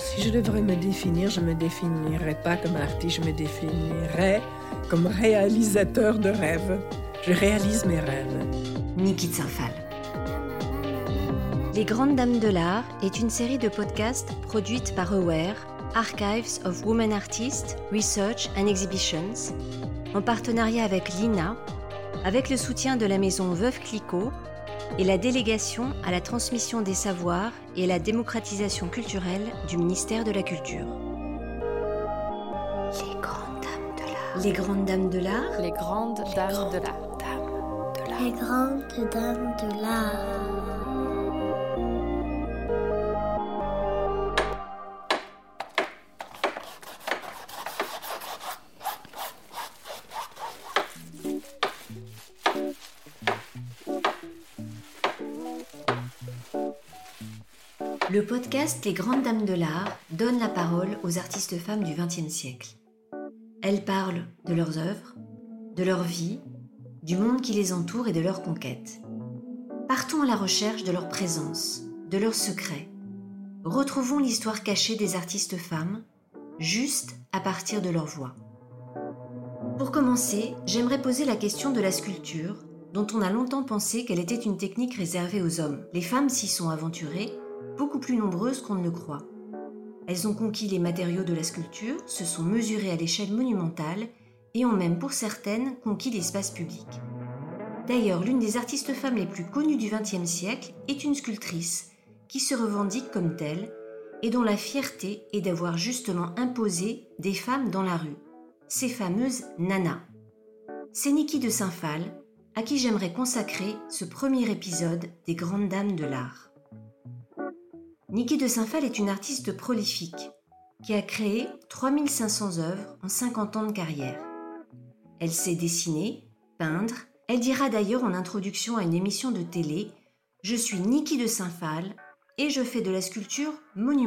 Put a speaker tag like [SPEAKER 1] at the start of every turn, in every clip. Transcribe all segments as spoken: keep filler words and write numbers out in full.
[SPEAKER 1] Si je devrais me définir, je ne me définirais pas comme artiste, je me définirais comme réalisateur de rêves. Je réalise mes rêves.
[SPEAKER 2] Niki de Saint-Phal. Les Grandes Dames de l'Art est une série de podcasts produite par Aware, Archives of Women Artists, Research and Exhibitions, en partenariat avec l'I N A, avec le soutien de la maison Veuve Clicquot et la délégation à la transmission des savoirs et à la démocratisation culturelle du ministère de la Culture. Les Grandes Dames de l'Art. Les Grandes Dames de l'Art.
[SPEAKER 3] Les Grandes Dames de l'Art.
[SPEAKER 4] Les Grandes Dames de l'Art.
[SPEAKER 2] Le podcast Les Grandes Dames de l'Art donne la parole aux artistes femmes du vingtième siècle. Elles parlent de leurs œuvres, de leur vie, du monde qui les entoure et de leurs conquêtes. Partons à la recherche de leur présence, de leurs secrets. Retrouvons l'histoire cachée des artistes femmes, juste à partir de leur voix. Pour commencer, j'aimerais poser la question de la sculpture, dont on a longtemps pensé qu'elle était une technique réservée aux hommes. Les femmes s'y sont aventurées, beaucoup plus nombreuses qu'on ne le croit. Elles ont conquis les matériaux de la sculpture, se sont mesurées à l'échelle monumentale et ont même, pour certaines, conquis l'espace public. D'ailleurs, l'une des artistes femmes les plus connues du vingtième siècle est une sculptrice qui se revendique comme telle et dont la fierté est d'avoir justement imposé des femmes dans la rue, ces fameuses nanas. C'est Niki de Saint-Phal à qui j'aimerais consacrer ce premier épisode des Grandes Dames de l'Art. Niki de Saint-Phal est une artiste prolifique qui a créé trois mille cinq cents œuvres en cinquante ans de carrière. Elle sait dessiner, peindre. Elle dira d'ailleurs en introduction à une émission de télé « Je suis Niki de Saint-Phal et je fais de la sculpture monumentale ».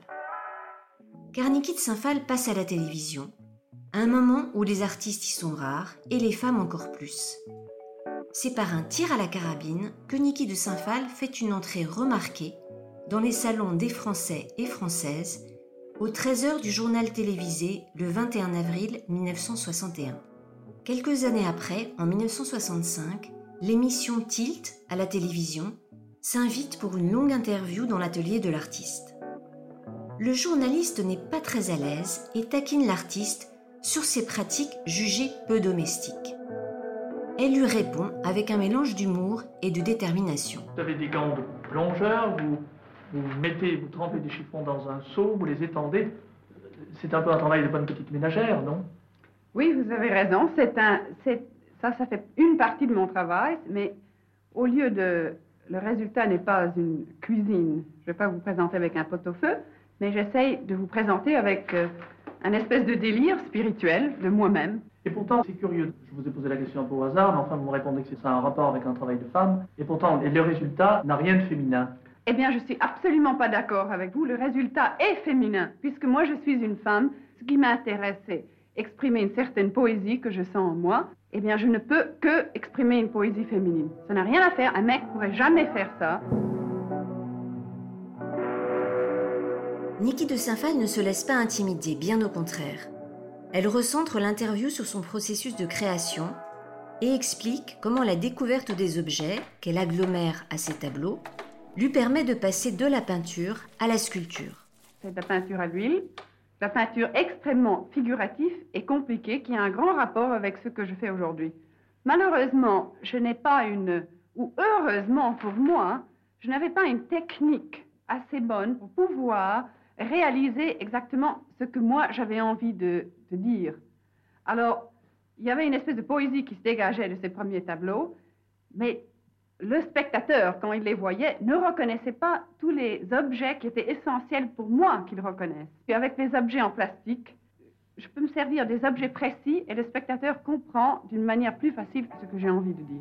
[SPEAKER 2] Car Niki de Saint-Phal passe à la télévision, à un moment où les artistes y sont rares et les femmes encore plus. C'est par un tir à la carabine que Niki de Saint-Phal fait une entrée remarquée dans les salons des Français et Françaises, aux treize heures du journal télévisé le vingt et un avril mille neuf cent soixante et un. Quelques années après, en mille neuf cent soixante-cinq, l'émission Tilt à la télévision s'invite pour une longue interview dans l'atelier de l'artiste. Le journaliste n'est pas très à l'aise et taquine l'artiste sur ses pratiques jugées peu domestiques. Elle lui répond avec un mélange d'humour et de détermination.
[SPEAKER 5] Vous avez des gants de plongeur, vous... Vous mettez, vous trempez des chiffons dans un seau, vous les étendez. C'est un peu un travail de bonne petite ménagère, non?
[SPEAKER 6] Oui, vous avez raison. C'est un, c'est, ça, ça fait une partie de mon travail, mais au lieu de... Le résultat n'est pas une cuisine. Je ne vais pas vous présenter avec un pot-au-feu, mais j'essaye de vous présenter avec euh, un espèce de délire spirituel de moi-même.
[SPEAKER 5] Et pourtant, c'est curieux. Je vous ai posé la question un peu au hasard, mais enfin, vous me répondez que c'est ça un rapport avec un travail de femme. Et pourtant, le résultat n'a rien de féminin.
[SPEAKER 6] Eh bien, je suis absolument pas d'accord avec vous. Le résultat est féminin, puisque moi, je suis une femme. Ce qui m'intéresse, c'est exprimer une certaine poésie que je sens en moi. Eh bien, je ne peux que exprimer une poésie féminine. Ça n'a rien à faire. Un mec pourrait jamais faire ça.
[SPEAKER 2] Niki de Saint-Phal ne se laisse pas intimider, bien au contraire. Elle recentre l'interview sur son processus de création et explique comment la découverte des objets, qu'elle agglomère à ses tableaux, lui permet de passer de la peinture à la sculpture.
[SPEAKER 6] C'est de la peinture à l'huile, de la peinture extrêmement figurative et compliquée qui a un grand rapport avec ce que je fais aujourd'hui. Malheureusement, je n'ai pas une, ou heureusement pour moi, je n'avais pas une technique assez bonne pour pouvoir réaliser exactement ce que moi j'avais envie de, de dire. Alors, il y avait une espèce de poésie qui se dégageait de ces premiers tableaux, mais le spectateur, quand il les voyait, ne reconnaissait pas tous les objets qui étaient essentiels pour moi qu'il reconnaisse. Puis avec les objets en plastique, je peux me servir des objets précis et le spectateur comprend d'une manière plus facile que ce que j'ai envie de dire.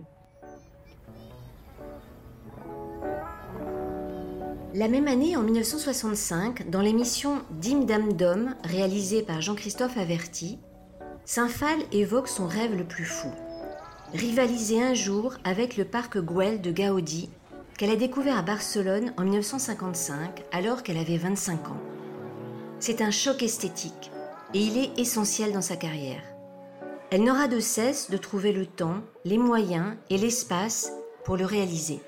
[SPEAKER 2] La même année, en mille neuf cent soixante-cinq, dans l'émission Dime Dame Dom, réalisée par Jean-Christophe Averty, Saint-Phal évoque son rêve le plus fou. Rivaliser un jour avec le parc Güell de Gaudi, qu'elle a découvert à Barcelone en mille neuf cent cinquante-cinq, alors qu'elle avait vingt-cinq ans. C'est un choc esthétique et il est essentiel dans sa carrière. Elle n'aura de cesse de trouver le temps, les moyens et l'espace pour le réaliser.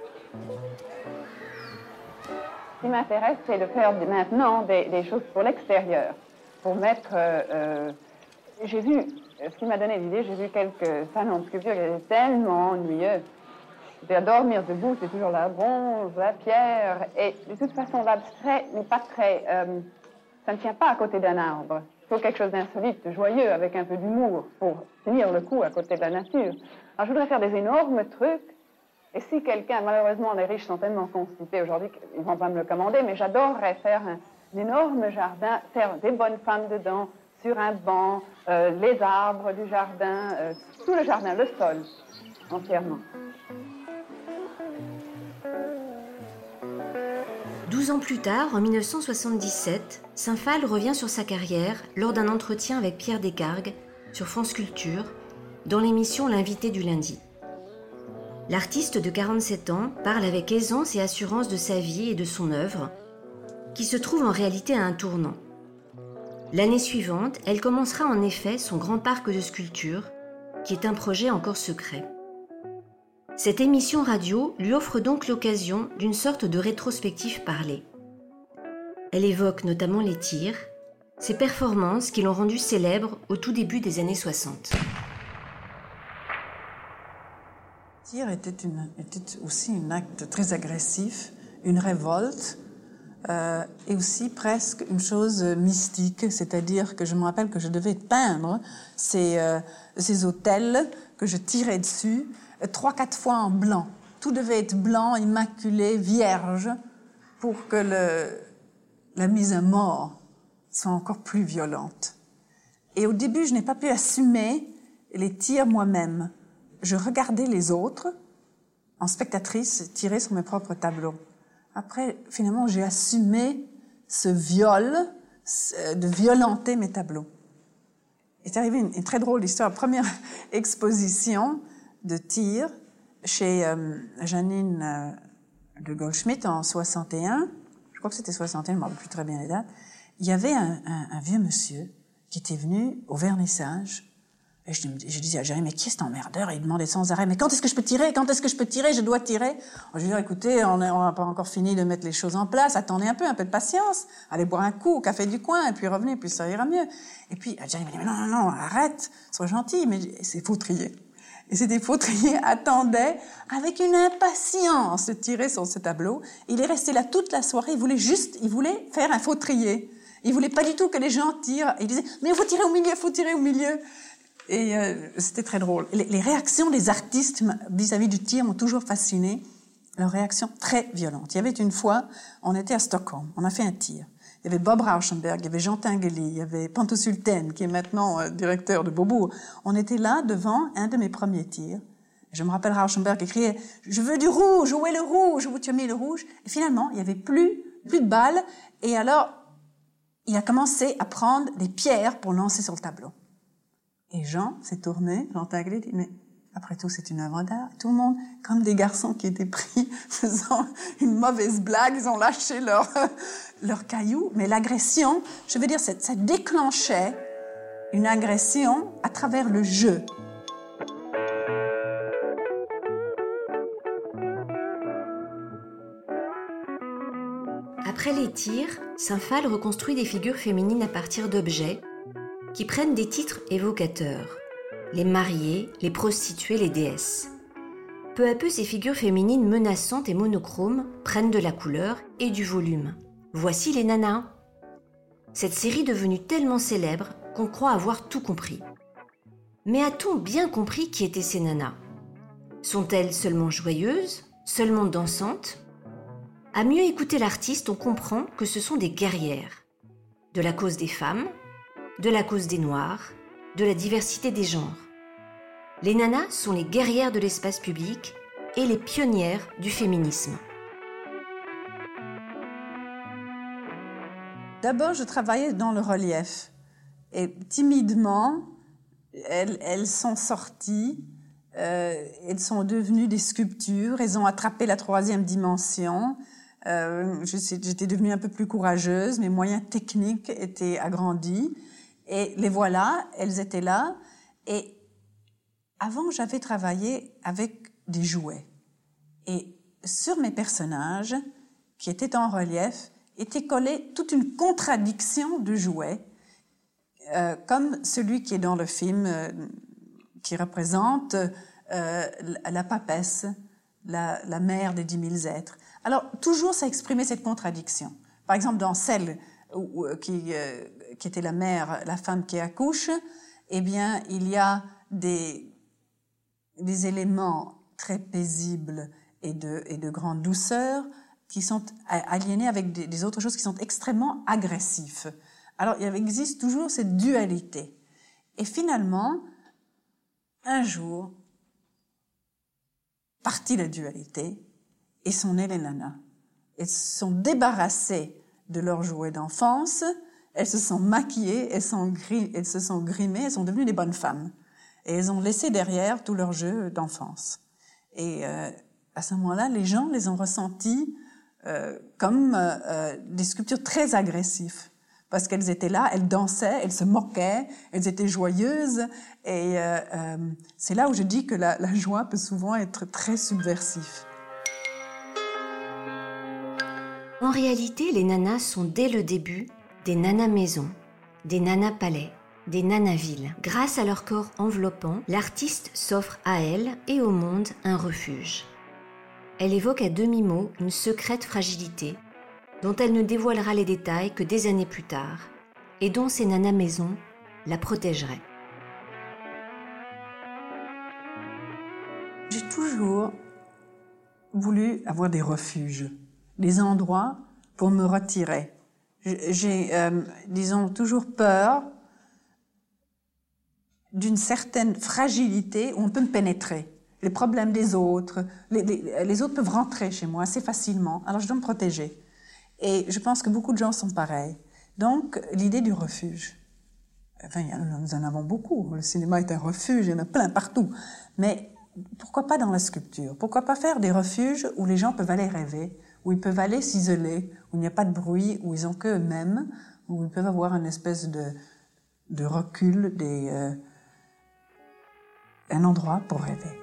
[SPEAKER 6] Ce qui m'intéresse, c'est de faire maintenant des, des choses pour l'extérieur, pour mettre... Euh, euh, j'ai vu, ce qui m'a donné l'idée, j'ai vu quelques salons de sculpture qui étaient tellement ennuyeux. C'est-à-dire dormir debout, c'est toujours la bronze, la pierre, et de toute façon, l'abstrait n'est pas très... Euh, ça ne tient pas à côté d'un arbre. Il faut quelque chose d'insolite, de joyeux, avec un peu d'humour, pour tenir le coup à côté de la nature. Alors je voudrais faire des énormes trucs, et si quelqu'un, malheureusement les riches sont tellement constipés aujourd'hui qu'ils ne vont pas me le commander, mais j'adorerais faire un, un énorme jardin, faire des bonnes femmes dedans, sur un banc, euh, les arbres du jardin, euh, tout le jardin, le sol, entièrement.
[SPEAKER 2] Douze ans plus tard, en mille neuf cent soixante-dix-sept, Saint-Phal revient sur sa carrière lors d'un entretien avec Pierre Descargues sur France Culture, dans l'émission L'invité du lundi. L'artiste de quarante-sept ans parle avec aisance et assurance de sa vie et de son œuvre, qui se trouve en réalité à un tournant. L'année suivante, elle commencera en effet son grand parc de sculptures, qui est un projet encore secret. Cette émission radio lui offre donc l'occasion d'une sorte de rétrospective parlée. Elle évoque notamment les tirs, ces performances qui l'ont rendue célèbre au tout début des années soixante.
[SPEAKER 7] Le tir était, une, était aussi un acte très agressif, une révolte, euh, et aussi presque une chose mystique, c'est-à-dire que je me rappelle que je devais peindre ces, euh, ces autels que je tirais dessus, trois, quatre fois en blanc. Tout devait être blanc, immaculé, vierge, pour que le, la mise à mort soit encore plus violente. Et au début, je n'ai pas pu assumer les tirs moi-même. Je regardais les autres, en spectatrice, tirer sur mes propres tableaux. Après, finalement, j'ai assumé ce viol, de violenter mes tableaux. Il est arrivé une, une très drôle histoire. Première exposition de tir chez euh, Janine euh, de Goldschmidt en soixante et un. Je crois que c'était soixante et un, je ne me rappelle plus très bien les dates. Il y avait un, un, un vieux monsieur qui était venu au vernissage. Et je, je disais à Jérémy, mais qui est cet emmerdeur? Il demandait sans arrêt, mais quand est-ce que je peux tirer? Quand est-ce que je peux tirer? Je dois tirer. Alors, je lui disais, écoutez, on n'a pas encore fini de mettre les choses en place. Attendez un peu, un peu de patience. Allez boire un coup au café du coin, et puis revenez, puis ça ira mieux. Et puis, Jérémy m'a dit, mais non, non, non, arrête, sois gentil. Mais c'est fautrier. Et ces fautriers attendaient avec une impatience de tirer sur ce tableau. Il est resté là toute la soirée. Il voulait juste, il voulait faire un fautrier. Il voulait pas du tout que les gens tirent. Il disait, mais il faut tirer au milieu, il faut tirer au milieu. Et euh, c'était très drôle. Les, les réactions des artistes vis-à-vis du tir m'ont toujours fasciné. Leurs réactions très violentes. Il y avait une fois, on était à Stockholm, on a fait un tir. Il y avait Bob Rauschenberg, il y avait Jean Tinguely, il y avait Panto Sultan, qui est maintenant euh, directeur de Beaubourg. On était là devant un de mes premiers tirs. Je me rappelle Rauschenberg qui criait « Je veux du rouge, où est le rouge? Où tu as mis le rouge ?» Et finalement, il y avait plus, plus de balles. Et alors, il a commencé à prendre des pierres pour lancer sur le tableau. Et Jean s'est tourné, Jean Tinguely dit, mais après tout, c'est une œuvre d'art. Tout le monde, comme des garçons qui étaient pris faisant une mauvaise blague, ils ont lâché leur, leur caillou. Mais l'agression, je veux dire, ça, ça déclenchait une agression à travers le jeu.
[SPEAKER 2] Après les tirs, Saint-Phal reconstruit des figures féminines à partir d'objets qui prennent des titres évocateurs. Les mariées, les prostituées, les déesses. Peu à peu, ces figures féminines menaçantes et monochromes prennent de la couleur et du volume. Voici les nanas. Cette série devenue tellement célèbre qu'on croit avoir tout compris. Mais a-t-on bien compris qui étaient ces nanas? Sont-elles seulement joyeuses? Seulement dansantes? À mieux écouter l'artiste, on comprend que ce sont des guerrières. De la cause des femmes, de la cause des Noirs, de la diversité des genres. Les nanas sont les guerrières de l'espace public et les pionnières du féminisme.
[SPEAKER 7] D'abord, je travaillais dans le relief. Et timidement, elles, elles sont sorties, euh, elles sont devenues des sculptures, elles ont attrapé la troisième dimension. Euh, j'étais devenue un peu plus courageuse, mes moyens techniques étaient agrandis. Et les voilà, elles étaient là. Et avant, j'avais travaillé avec des jouets. Et sur mes personnages, qui étaient en relief, était collée toute une contradiction de jouets, euh, comme celui qui est dans le film, euh, qui représente euh, la papesse, la, la mère des dix mille êtres. Alors, toujours, ça exprimait cette contradiction. Par exemple, dans celle où, où, qui, euh, qui était la mère, la femme qui accouche, eh bien, il y a des, des éléments très paisibles et de, et de grande douceur qui sont aliénés avec des, des autres choses qui sont extrêmement agressifs. Alors, il existe toujours cette dualité. Et finalement, un jour, partit la dualité, et sont nées les nanas. Elles se sont débarrassées de leurs jouets d'enfance, elles se sont maquillées, elles, sont gris, elles se sont grimées, elles sont devenues des bonnes femmes. Et elles ont laissé derrière tous leurs jeux d'enfance. Et euh, à ce moment-là, les gens les ont ressentis euh, comme euh, des sculptures très agressives. Parce qu'elles étaient là, elles dansaient, elles se moquaient, elles étaient joyeuses. Et euh, euh, c'est là où je dis que la, la joie peut souvent être très subversive.
[SPEAKER 2] En réalité, les nanas sont dès le début des nanas maisons, des nanas palais, des nanas villes. Grâce à leur corps enveloppant, l'artiste s'offre à elle et au monde un refuge. Elle évoque à demi-mot une secrète fragilité dont elle ne dévoilera les détails que des années plus tard et dont ces nanas maisons la protégeraient.
[SPEAKER 7] J'ai toujours voulu avoir des refuges, des endroits pour me retirer. J'ai, euh, disons, toujours peur d'une certaine fragilité où on peut me pénétrer. Les problèmes des autres, les, les, les autres peuvent rentrer chez moi assez facilement, alors je dois me protéger. Et je pense que beaucoup de gens sont pareils. Donc, l'idée du refuge. Enfin, nous en avons beaucoup. Le cinéma est un refuge, il y en a plein partout. Mais pourquoi pas dans la sculpture? Pourquoi pas faire des refuges où les gens peuvent aller rêver, où ils peuvent aller s'isoler, où il n'y a pas de bruit, où ils ont que eux-mêmes, où ils peuvent avoir une espèce de, de recul, des, euh, un endroit pour rêver.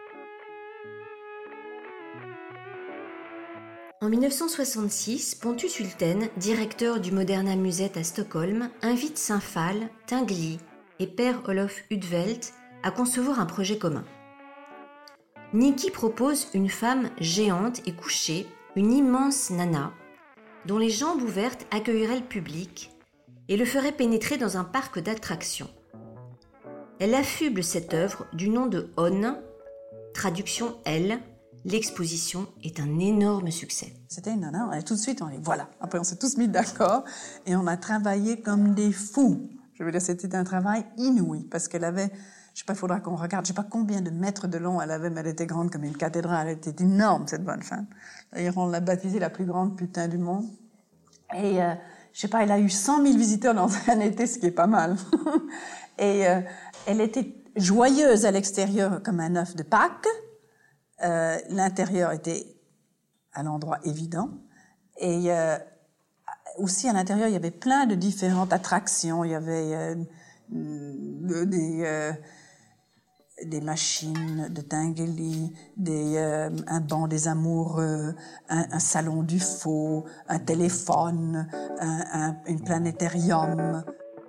[SPEAKER 2] En dix-neuf cent soixante-six, Pontus Hultén, directeur du Moderna Museet à Stockholm, invite Saint-Phal, Tinguely et Per Olof Udvelt à concevoir un projet commun. Niki propose une femme géante et couchée, une immense nana, dont les jambes ouvertes accueilleraient le public et le feraient pénétrer dans un parc d'attractions. Elle affuble cette œuvre du nom de On, traduction Elle. L'exposition est un énorme succès.
[SPEAKER 7] C'était une nana, on a tout de suite, on dit voilà. Après, on s'est tous mis d'accord et on a travaillé comme des fous. Je veux dire, c'était un travail inouï parce qu'elle avait, je sais pas, il faudra qu'on regarde, je sais pas combien de mètres de long elle avait, mais elle était grande comme une cathédrale. Elle était énorme, cette bonne femme. D'ailleurs, on l'a baptisée la plus grande putain du monde. Et, euh, je sais pas, elle a eu cent mille visiteurs dans un été, ce qui est pas mal. Et euh, elle était joyeuse à l'extérieur comme un œuf de Pâques. Euh, l'intérieur était à l'endroit évident et euh, aussi à l'intérieur il y avait plein de différentes attractions. Il y avait euh, des, euh, des machines de Tinguely, des, euh, un banc des amoureux, un, un salon du faux, un téléphone, un, un, une planétarium.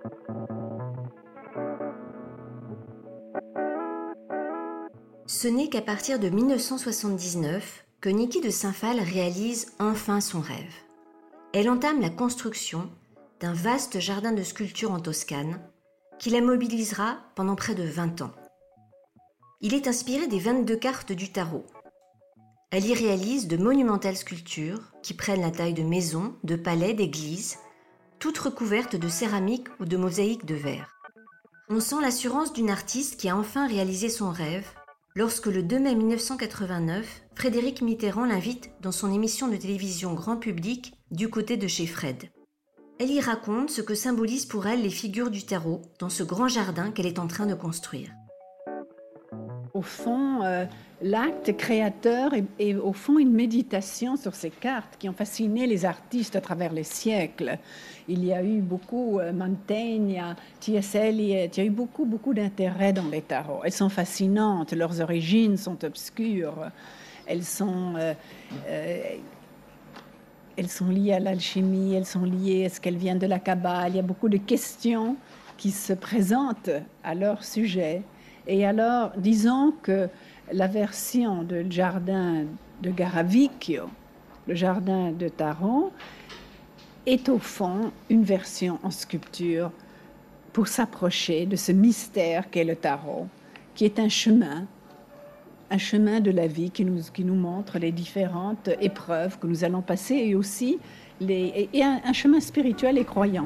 [SPEAKER 2] Ce n'est qu'à partir de dix-neuf cent soixante-dix-neuf que Niki de Saint-Phal réalise enfin son rêve. Elle entame la construction d'un vaste jardin de sculpture en Toscane qui la mobilisera pendant près de vingt ans. Il est inspiré des vingt-deux cartes du tarot. Elle y réalise de monumentales sculptures qui prennent la taille de maisons, de palais, d'églises, toutes recouvertes de céramique ou de mosaïques de verre. On sent l'assurance d'une artiste qui a enfin réalisé son rêve lorsque le deux mai dix-neuf cent quatre-vingt-neuf, Frédéric Mitterrand l'invite dans son émission de télévision grand public Du côté de chez Fred. Elle y raconte ce que symbolisent pour elle les figures du tarot dans ce grand jardin qu'elle est en train de construire.
[SPEAKER 8] Au fond, euh,
[SPEAKER 1] l'acte créateur est, est au fond une méditation sur ces cartes qui ont fasciné les artistes à travers les siècles. Il y a eu beaucoup, euh, Mantegna, T S Eliot, il y a eu beaucoup, beaucoup d'intérêt dans les tarots. Elles sont fascinantes, leurs origines sont obscures, elles sont, euh, euh, elles sont liées à l'alchimie, elles sont liées à ce qu'elles viennent de la Kabbale. Il y a beaucoup de questions qui se présentent à leur sujet. Et alors, disons que la version de jardin de Garavicchio, le jardin de Tarot, est au fond une version en sculpture pour s'approcher de ce mystère qu'est le tarot, qui est un chemin, un chemin de la vie qui nous, qui nous montre les différentes épreuves que nous allons passer et aussi les, et un, un chemin spirituel et croyant.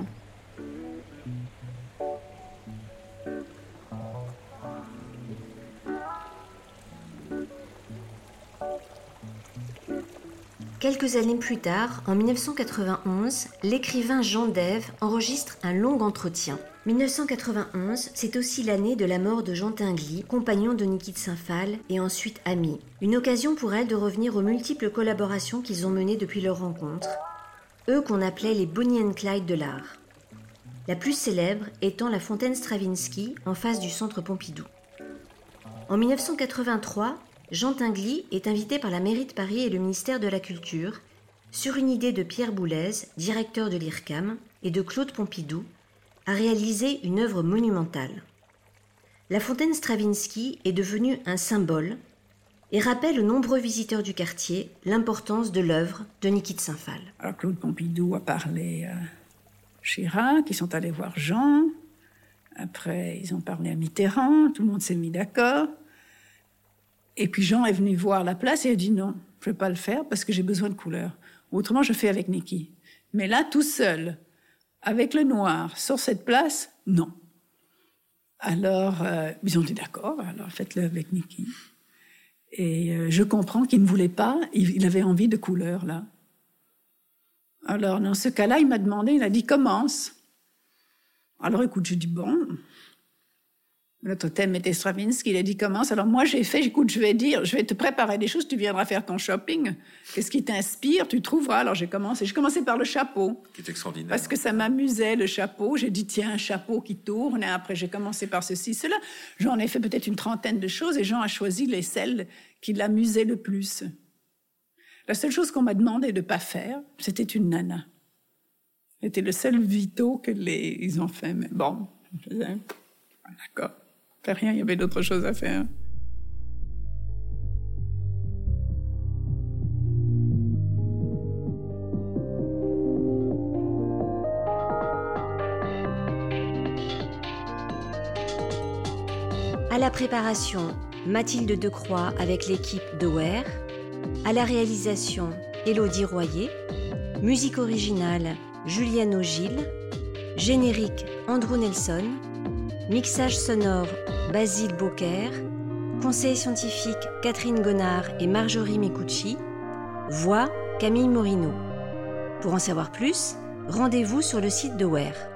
[SPEAKER 2] Quelques années plus tard, en mille neuf cent quatre-vingt-onze, l'écrivain Jean Dève enregistre un long entretien. mille neuf cent quatre-vingt-onze, c'est aussi l'année de la mort de Jean Tinguely, compagnon de Niki de Saint-Phal et ensuite ami. Une occasion pour elle de revenir aux multiples collaborations qu'ils ont menées depuis leur rencontre, eux qu'on appelait les Bonnie and Clyde de l'art. La plus célèbre étant la fontaine Stravinsky en face du centre Pompidou. En mille neuf cent quatre-vingt-trois, Jean Tinguely est invité par la mairie de Paris et le ministère de la Culture, sur une idée de Pierre Boulez, directeur de l'I R C A M, et de Claude Pompidou, à réaliser une œuvre monumentale. La fontaine Stravinsky est devenue un symbole et rappelle aux nombreux visiteurs du quartier l'importance de l'œuvre de Niki de Saint-Phal.
[SPEAKER 1] Alors Claude Pompidou a parlé à Chirac, ils sont allés voir Jean, après ils ont parlé à Mitterrand, tout le monde s'est mis d'accord. Et puis Jean est venu voir la place et a dit non, je ne vais pas le faire parce que j'ai besoin de couleurs. Autrement, je fais avec Niki. Mais là, tout seul, avec le noir, sur cette place, non. Alors, euh, ils ont dit d'accord, alors faites-le avec Niki. Et euh, je comprends qu'il ne voulait pas, il, il avait envie de couleurs, là. Alors, dans ce cas-là, il m'a demandé, il a dit commence. Alors, écoute, je dis bon... Notre thème était Stravinsky, il a dit commence. Alors moi j'ai fait, écoute, je vais dire, je vais te préparer des choses, tu viendras faire ton shopping. Qu'est-ce qui t'inspire, tu trouveras. Alors j'ai commencé, j'ai commencé par le chapeau.
[SPEAKER 8] Qui est extraordinaire.
[SPEAKER 1] Parce que ça m'amusait le chapeau. J'ai dit tiens, un chapeau qui tourne. Et après j'ai commencé par ceci, cela. J'en ai fait peut-être une trentaine de choses et Jean a choisi les celles qui l'amusaient le plus. La seule chose qu'on m'a demandé de pas faire, c'était une nana. C'était le seul vito que les ils ont fait. Mais bon, je faisais, d'accord. Rien, il y avait d'autres choses à faire.
[SPEAKER 2] À la préparation, Mathilde Decroix avec l'équipe de Ware. À la réalisation, Élodie Royer. Musique originale, Julienne Ogil. Générique, Andrew Nelson. Mixage sonore, Basile Beaucaire. Conseil scientifique, Catherine Gonard et Marjorie Micucci. Voix, Camille Morino. Pour en savoir plus, rendez-vous sur le site de Ware.